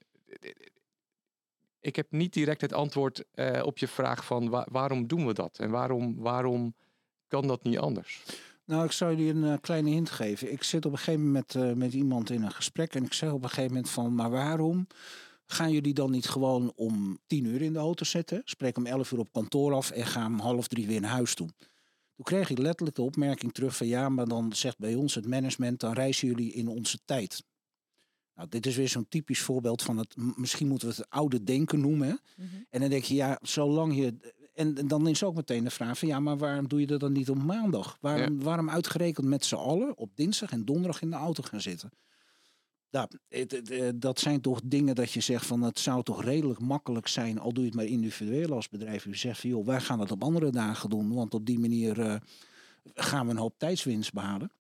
ik heb niet direct het antwoord uh, op je vraag van... Wa- waarom doen we dat? En waarom, waarom kan dat niet anders? Nou, ik zou jullie een uh, kleine hint geven. Ik zit op een gegeven moment uh, met iemand in een gesprek... en ik zeg op een gegeven moment van... maar waarom gaan jullie dan niet gewoon om tien uur in de auto zitten... spreek om elf uur op kantoor af... en ga om half drie weer naar huis toe? Toen kreeg ik letterlijk de opmerking terug van... ja, maar dan zegt bij ons het management... dan reizen jullie in onze tijd. Nou, dit is weer zo'n typisch voorbeeld van het... misschien moeten we het oude denken noemen. Hè? Mm-hmm. En dan denk je, ja, zolang je... En, en dan is ook meteen de vraag van... ja, maar waarom doe je dat dan niet op maandag? Waarom, ja. waarom uitgerekend met z'n allen... op dinsdag en donderdag in de auto gaan zitten? Nou, het, het, dat zijn toch dingen dat je zegt van... het zou toch redelijk makkelijk zijn... al doe je het maar individueel als bedrijf. Je zegt van, joh, wij gaan het op andere dagen doen... want op die manier uh, gaan we een hoop tijdswinst behalen.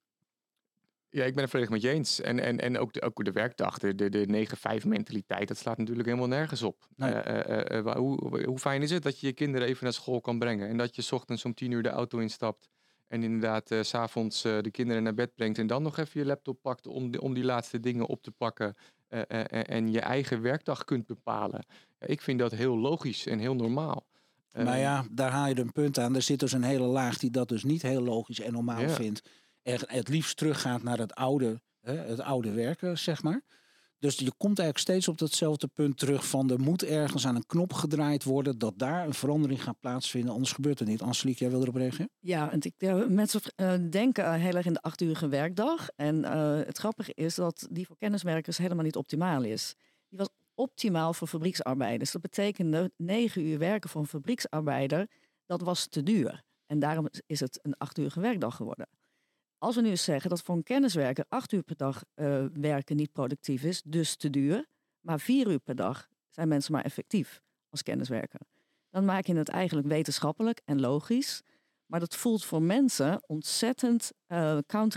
Ja, ik ben het volledig met je eens. En, en, en ook, de, ook de werkdag, de, de, de negen vijf mentaliteit, dat slaat natuurlijk helemaal nergens op. Nee. Uh, uh, uh, hoe, hoe fijn is het dat je je kinderen even naar school kan brengen? En dat je 's ochtends om tien uur de auto instapt en inderdaad uh, 's avonds uh, de kinderen naar bed brengt en dan nog even je laptop pakt om, de, om die laatste dingen op te pakken uh, uh, uh, en je eigen werkdag kunt bepalen. Uh, ik vind dat heel logisch en heel normaal. Uh, maar ja, daar haal je een punt aan. Er zit dus een hele laag die dat dus niet heel logisch en normaal ja. vindt. Er het liefst teruggaat naar het oude, hè, het oude werken, zeg maar. Dus je komt eigenlijk steeds op datzelfde punt terug van... er moet ergens aan een knop gedraaid worden... dat daar een verandering gaat plaatsvinden. Anders gebeurt het niet. Angelique, jij wil erop reageren? Ja, en ik, uh, mensen uh, denken heel erg in de achtuurige werkdag. En uh, het grappige is dat die voor kenniswerkers helemaal niet optimaal is. Die was optimaal voor fabrieksarbeiders. Dat betekende negen uur werken voor een fabrieksarbeider... dat was te duur. En daarom is het een achtuurige werkdag geworden. Als we nu eens zeggen dat voor een kenniswerker acht uur per dag uh, werken niet productief is, dus te duur, maar vier uur per dag zijn mensen maar effectief als kenniswerker. Dan maak je het eigenlijk wetenschappelijk en logisch, maar dat voelt voor mensen ontzettend uh,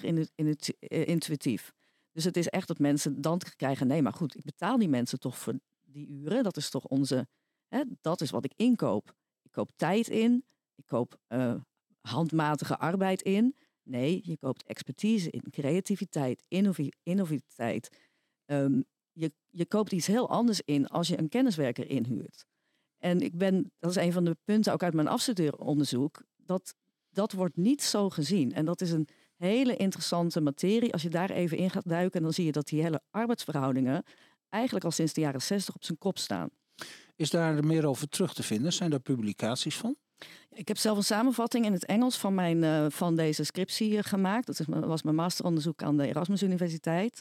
counterintuïtief. Dus het is echt dat mensen dan krijgen, nee, maar goed, ik betaal die mensen toch voor die uren, dat is toch onze, hè, dat is wat ik inkoop. Ik koop tijd in, ik koop uh, handmatige arbeid in. Nee, je koopt expertise in, creativiteit, innovi- innovativiteit. Um, je, je koopt iets heel anders in als je een kenniswerker inhuurt. En ik ben, dat is een van de punten ook uit mijn afstudeeronderzoek, dat dat wordt niet zo gezien. En dat is een hele interessante materie. Als je daar even in gaat duiken, dan zie je dat die hele arbeidsverhoudingen eigenlijk al sinds de jaren zestig op zijn kop staan. Is daar meer over terug te vinden? Zijn daar publicaties van? Ik heb zelf een samenvatting in het Engels van, mijn, uh, van deze scriptie uh, gemaakt. Dat is, was mijn masteronderzoek aan de Erasmus Universiteit.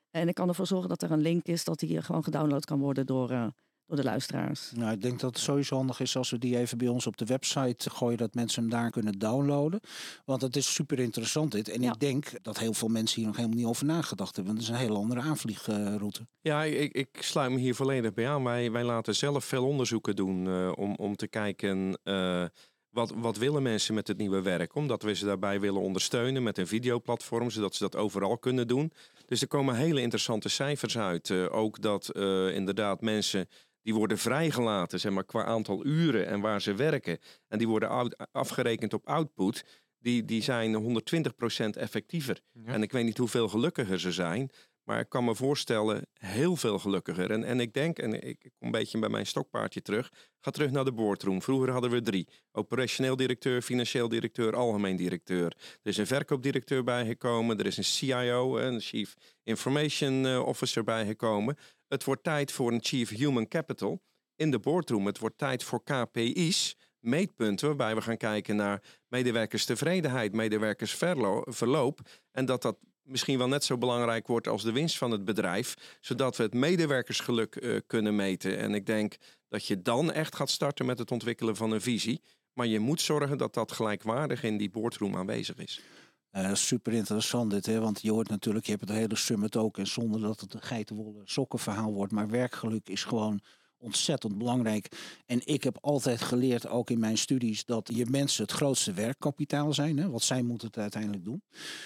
En ik kan ervoor zorgen dat er een link is dat die gewoon gedownload kan worden door, uh, door de luisteraars. Nou, ik denk dat het sowieso handig is als we die even bij ons op de website gooien, dat mensen hem daar kunnen downloaden. Want het is super interessant dit. En ja. ik denk dat heel veel mensen hier nog helemaal niet over nagedacht hebben. Want het is een hele andere aanvliegroute. Ja, ik, ik sluit me hier volledig bij aan. Wij, wij laten zelf veel onderzoeken doen uh, om, om te kijken uh, wat, wat willen mensen met het nieuwe werk. Omdat we ze daarbij willen ondersteunen met een videoplatform, zodat ze dat overal kunnen doen. Dus er komen hele interessante cijfers uit. Uh, ook dat uh, inderdaad mensen die worden vrijgelaten, zeg maar, qua aantal uren en waar ze werken. En die worden out- afgerekend op output. Die, die zijn honderdtwintig procent effectiever. Ja. En ik weet niet hoeveel gelukkiger ze zijn. Maar ik kan me voorstellen, heel veel gelukkiger. En, en ik denk, en ik kom een beetje bij mijn stokpaardje terug. Ga terug naar de boardroom. Vroeger hadden we drie. Operationeel directeur, financieel directeur, algemeen directeur. Er is een verkoopdirecteur bijgekomen. Er is een C I O, een Chief Information Officer bijgekomen. Het wordt tijd voor een Chief Human Capital in de boardroom. Het wordt tijd voor K P I's, meetpunten, waarbij we gaan kijken naar medewerkerstevredenheid, medewerkersverloop. En dat dat misschien wel net zo belangrijk wordt als de winst van het bedrijf, zodat we het medewerkersgeluk uh, kunnen meten. En ik denk dat je dan echt gaat starten met het ontwikkelen van een visie. Maar je moet zorgen dat dat gelijkwaardig in die boardroom aanwezig is. Uh, super interessant dit, hè? Want je hoort natuurlijk, je hebt het hele summit ook, en zonder dat het een geitenwolle sokkenverhaal wordt, maar werkgeluk is gewoon ontzettend belangrijk. En ik heb altijd geleerd, ook in mijn studies, dat je mensen het grootste werkkapitaal zijn, hè? Want zij moeten het uiteindelijk doen.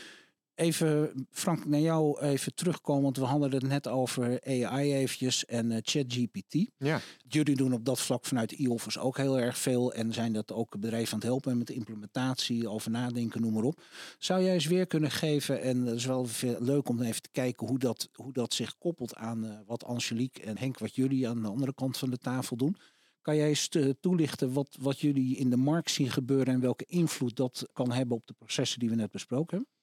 Even, Frank, naar jou even terugkomen, want we hadden het net over A I eventjes en uh, ChatGPT. Ja. Jullie doen op dat vlak vanuit e-office ook heel erg veel en zijn dat ook bedrijven aan het helpen met de implementatie, over nadenken, noem maar op. Zou jij eens weer kunnen geven, en het is wel veel leuk om even te kijken hoe dat, hoe dat zich koppelt aan uh, wat Angelique en Henk, wat jullie aan de andere kant van de tafel doen. Kan jij eens uh, toelichten wat, wat jullie in de markt zien gebeuren en welke invloed dat kan hebben op de processen die we net besproken hebben?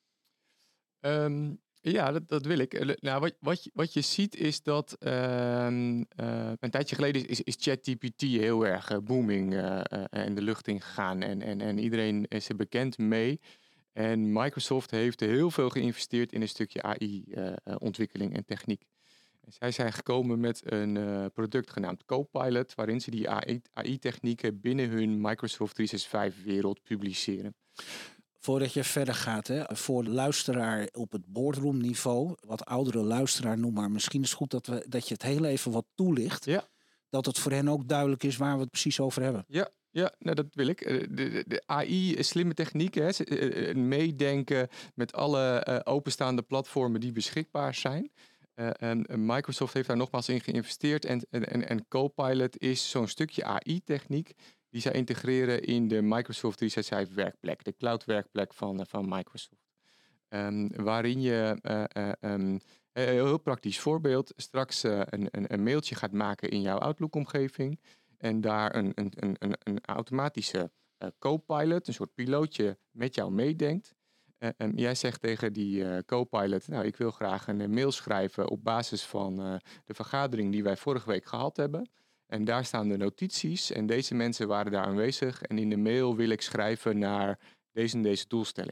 Um, ja, dat, dat wil ik. Nou, wat, wat, je, wat je ziet is dat uh, uh, een tijdje geleden is, is ChatGPT heel erg uh, booming uh, uh, in de lucht ingegaan. En, en, en iedereen is er bekend mee. En Microsoft heeft heel veel geïnvesteerd in een stukje A I-ontwikkeling uh, en techniek. En zij zijn gekomen met een uh, product genaamd Copilot, waarin ze die A I-technieken binnen hun Microsoft driehonderdzesenzestig-wereld publiceren. Voordat je verder gaat, hè, voor de luisteraar op het boardroom-niveau, wat oudere luisteraar noem maar, misschien is het goed dat, we, dat je het heel even wat toelicht. Ja. Dat het voor hen ook duidelijk is waar we het precies over hebben. Ja, ja, nou, dat wil ik. De, de, de A I, slimme technieken, hè, meedenken met alle uh, openstaande platformen die beschikbaar zijn. Uh, en Microsoft heeft daar nogmaals in geïnvesteerd. En, en, en Copilot is zo'n stukje A I-techniek die zij integreren in de Microsoft driehonderdzesenzestig werkplek, de cloud werkplek van, uh, van Microsoft. Um, waarin je, uh, uh, um, een heel praktisch voorbeeld, straks uh, een, een, een mailtje gaat maken in jouw Outlook-omgeving en daar een, een, een, een automatische uh, Copilot, een soort pilootje met jou meedenkt. Uh, um, jij zegt tegen die uh, Copilot, nou, ik wil graag een uh, mail schrijven op basis van uh, de vergadering die wij vorige week gehad hebben. En daar staan de notities en deze mensen waren daar aanwezig. En in de mail wil ik schrijven naar deze en deze doelstelling.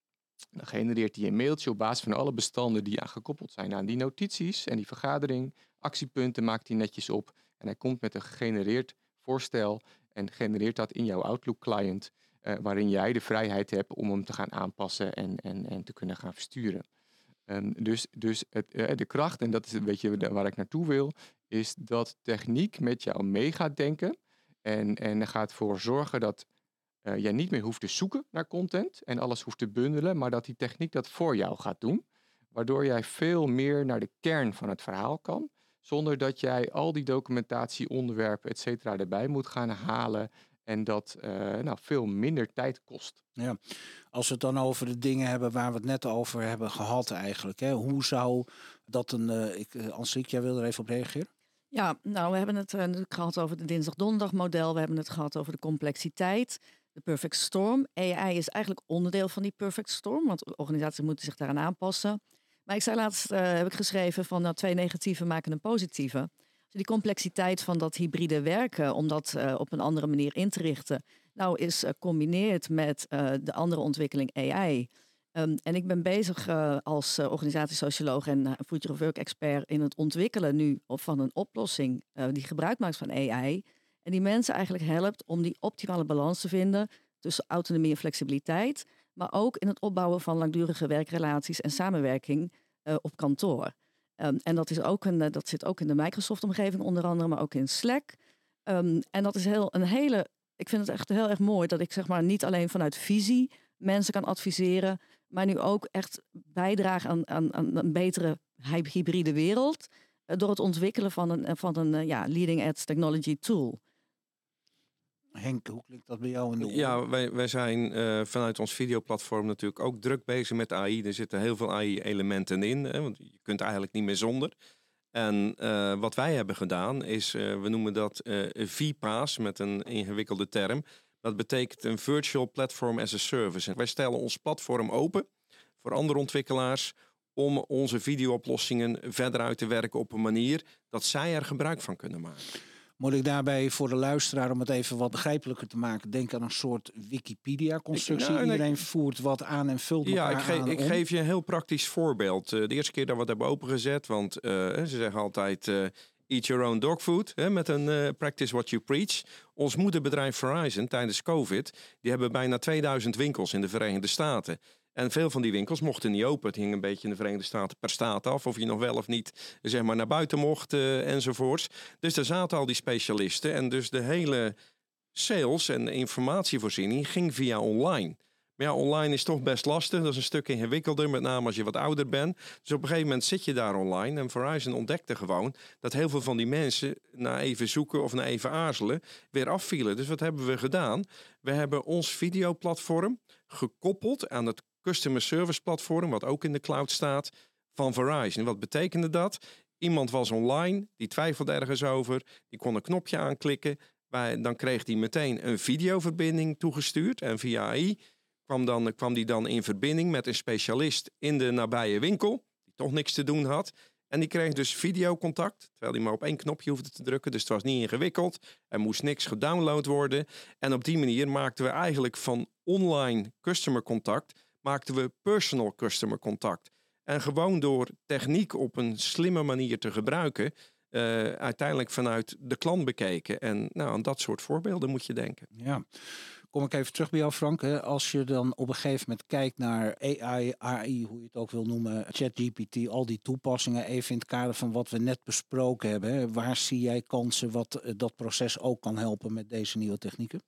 Dan genereert hij een mailtje op basis van alle bestanden die aan gekoppeld zijn aan die notities en die vergadering. Actiepunten maakt hij netjes op. En hij komt met een gegenereerd voorstel en genereert dat in jouw Outlook-client. Uh, waarin jij de vrijheid hebt om hem te gaan aanpassen en, en, en te kunnen gaan versturen. Um, dus dus het, uh, de kracht, en dat is een beetje waar ik naartoe wil, is dat techniek met jou mee gaat denken en, en er gaat voor zorgen dat uh, jij niet meer hoeft te zoeken naar content en alles hoeft te bundelen, maar dat die techniek dat voor jou gaat doen, waardoor jij veel meer naar de kern van het verhaal kan, zonder dat jij al die documentatie, onderwerpen, et cetera erbij moet gaan halen en dat uh, nou, veel minder tijd kost. Ja, als we het dan over de dingen hebben waar we het net over hebben gehad eigenlijk. Hè? Hoe zou dat een... Uh, ik, uh, Angelique, jij wil er even op reageren? Ja, nou, we hebben het uh, gehad over het dinsdag-donderdag model. We hebben het gehad over de complexiteit. De perfect storm. A I is eigenlijk onderdeel van die perfect storm. Want organisaties moeten zich daaraan aanpassen. Maar ik zei laatst, uh, heb ik geschreven van nou, twee negatieve maken een positieve. Als je die complexiteit van dat hybride werken, om dat uh, op een andere manier in te richten, nou is uh, combineerd met uh, de andere ontwikkeling A I. Um, en ik ben bezig uh, als uh, organisatiesocioloog en uh, Future of Work expert in het ontwikkelen nu van een oplossing uh, die gebruik maakt van A I. En die mensen eigenlijk helpt om die optimale balans te vinden tussen autonomie en flexibiliteit. Maar ook in het opbouwen van langdurige werkrelaties en samenwerking uh, op kantoor. Um, en dat, is ook een, uh, dat zit ook in de Microsoft-omgeving onder andere, maar ook in Slack. Um, en dat is heel, een hele, ik vind het echt heel erg mooi dat ik zeg maar niet alleen vanuit visie mensen kan adviseren, maar nu ook echt bijdragen aan, aan, aan een betere hybride wereld uh, door het ontwikkelen van een, van een uh, ja, leading edge technology tool. Henk, hoe klinkt dat bij jou in de oren? Ja, wij, wij zijn uh, vanuit ons videoplatform natuurlijk ook druk bezig met A I. Er zitten heel veel A I-elementen in, hè, want je kunt eigenlijk niet meer zonder. En uh, wat wij hebben gedaan is, uh, we noemen dat uh, V PaaS met een ingewikkelde term. Dat betekent een Virtual Platform as a Service. En wij stellen ons platform open voor andere ontwikkelaars om onze videooplossingen verder uit te werken op een manier dat zij er gebruik van kunnen maken. Moet ik daarbij voor de luisteraar, om het even wat begrijpelijker te maken, denk aan een soort Wikipedia-constructie. Nou, Iedereen nee. voert wat aan en vult elkaar ja, ik ge- aan ik om. geef je een heel praktisch voorbeeld. Uh, de eerste keer dat we het hebben opengezet, want uh, ze zeggen altijd Uh, eat your own dog food, hè, met een uh, practice what you preach. Ons moederbedrijf Verizon tijdens COVID, die hebben bijna tweeduizend winkels in de Verenigde Staten. En veel van die winkels mochten niet open. Het hing een beetje in de Verenigde Staten per staat af, of je nog wel of niet zeg maar, naar buiten mocht uh, enzovoorts. Dus daar zaten al die specialisten en dus de hele sales en informatievoorziening ging via online. Maar ja, online is toch best lastig. Dat is een stuk ingewikkelder, met name als je wat ouder bent. Dus op een gegeven moment zit je daar online. En Verizon ontdekte gewoon dat heel veel van die mensen na even zoeken of na even aarzelen weer afvielen. Dus wat hebben we gedaan? We hebben ons videoplatform gekoppeld aan het customer service platform, wat ook in de cloud staat, van Verizon. Wat betekende dat? Iemand was online, die twijfelde ergens over, die kon een knopje aanklikken. Dan kreeg hij meteen een videoverbinding toegestuurd en via A I kwam dan, kwam die dan in verbinding met een specialist in de nabije winkel, die toch niks te doen had. En die kreeg dus videocontact, terwijl hij maar op één knopje hoefde te drukken. Dus het was niet ingewikkeld. Er moest niks gedownload worden. En op die manier maakten we eigenlijk van online customer contact, maakten we personal customer contact. En gewoon door techniek op een slimme manier te gebruiken, uh, uiteindelijk vanuit de klant bekeken. En nou, aan dat soort voorbeelden moet je denken. Ja. Kom ik even terug bij jou, Frank. Als je dan op een gegeven moment kijkt naar A I, A I, hoe je het ook wil noemen, ChatGPT, al die toepassingen, even in het kader van wat we net besproken hebben. Waar zie jij kansen wat dat proces ook kan helpen met deze nieuwe technieken?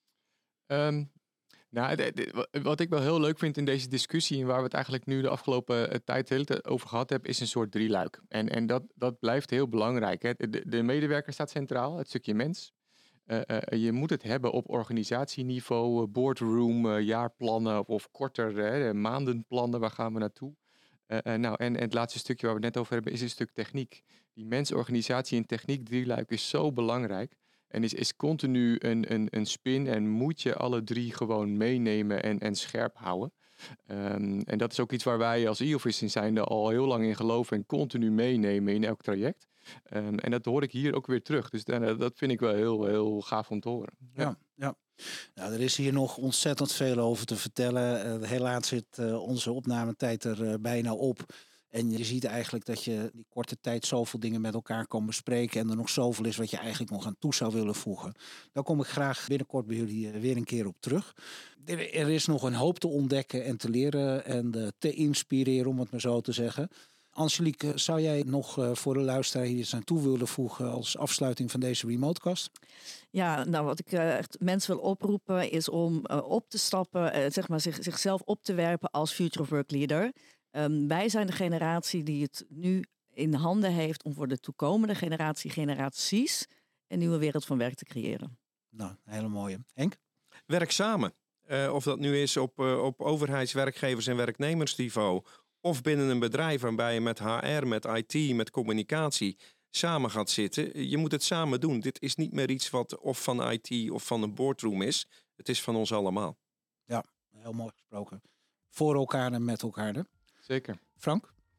Um, nou, de, de, wat ik wel heel leuk vind in deze discussie en waar we het eigenlijk nu de afgelopen uh, tijd de hele tijd over gehad hebben, is een soort drieluik. En, en dat, dat blijft heel belangrijk. Hè. De, de medewerker staat centraal, het stukje mens. Uh, uh, je moet het hebben op organisatieniveau, uh, boardroom, uh, jaarplannen of, of korter uh, maandenplannen, waar gaan we naartoe? Uh, uh, nou, en, en het laatste stukje waar we het net over hebben is een stuk techniek. Die mens, organisatie en techniek drieluik is zo belangrijk en is, is continu een, een, een spin en moet je alle drie gewoon meenemen en, en scherp houden. Um, en dat is ook iets waar wij als e-office in zijnde al heel lang in geloven en continu meenemen in elk traject. Um, en dat hoor ik hier ook weer terug. Dus uh, dat vind ik wel heel, heel gaaf om te horen. Ja, ja. ja. Nou, er is hier nog ontzettend veel over te vertellen. Uh, helaas zit uh, onze opnametijd er uh, bijna op. En je ziet eigenlijk dat je die korte tijd zoveel dingen met elkaar kan bespreken. En er nog zoveel is wat je eigenlijk nog aan toe zou willen voegen. Daar kom ik graag binnenkort bij jullie weer een keer op terug. Er, er is nog een hoop te ontdekken en te leren en uh, te inspireren, om het maar zo te zeggen. Angelique, zou jij nog uh, voor de luisteraar hier iets aan toe willen voegen als afsluiting van deze remotecast? Ja, nou wat ik uh, echt mensen wil oproepen is om uh, op te stappen, uh, zeg maar zich, zichzelf op te werpen als Future of Work leader. Um, wij zijn de generatie die het nu in handen heeft om voor de toekomende generatie, generaties, een nieuwe wereld van werk te creëren. Nou, een hele mooie. Henk? Werk samen. Uh, of dat nu is op, uh, op overheidswerkgevers- en werknemersniveau, of binnen een bedrijf waarbij je met H R, met I T, met communicatie samen gaat zitten. Je moet het samen doen. Dit is niet meer iets wat of van I T of van een boardroom is. Het is van ons allemaal. Ja, heel mooi gesproken. Voor elkaar en met elkaar. Hè? Zeker. Frank?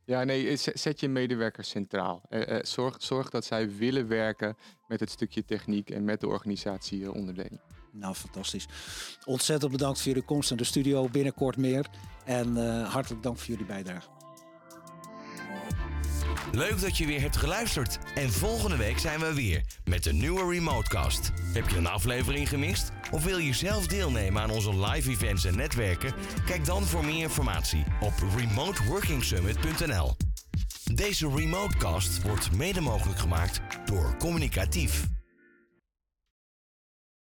Ja, nee, zet je medewerkers centraal. Uh, uh, zorg, zorg dat zij willen werken met het stukje techniek en met de organisatie uh, onderdelen. Nou, fantastisch. Ontzettend bedankt voor jullie komst naar de studio. Binnenkort meer. En uh, hartelijk dank voor jullie bijdrage. Leuk dat je weer hebt geluisterd. En volgende week zijn we weer met een nieuwe Remotecast. Heb je een aflevering gemist? Of wil je zelf deelnemen aan onze live events en netwerken? Kijk dan voor meer informatie op remote working summit punt n l. Deze Remotecast wordt mede mogelijk gemaakt door Communicatief.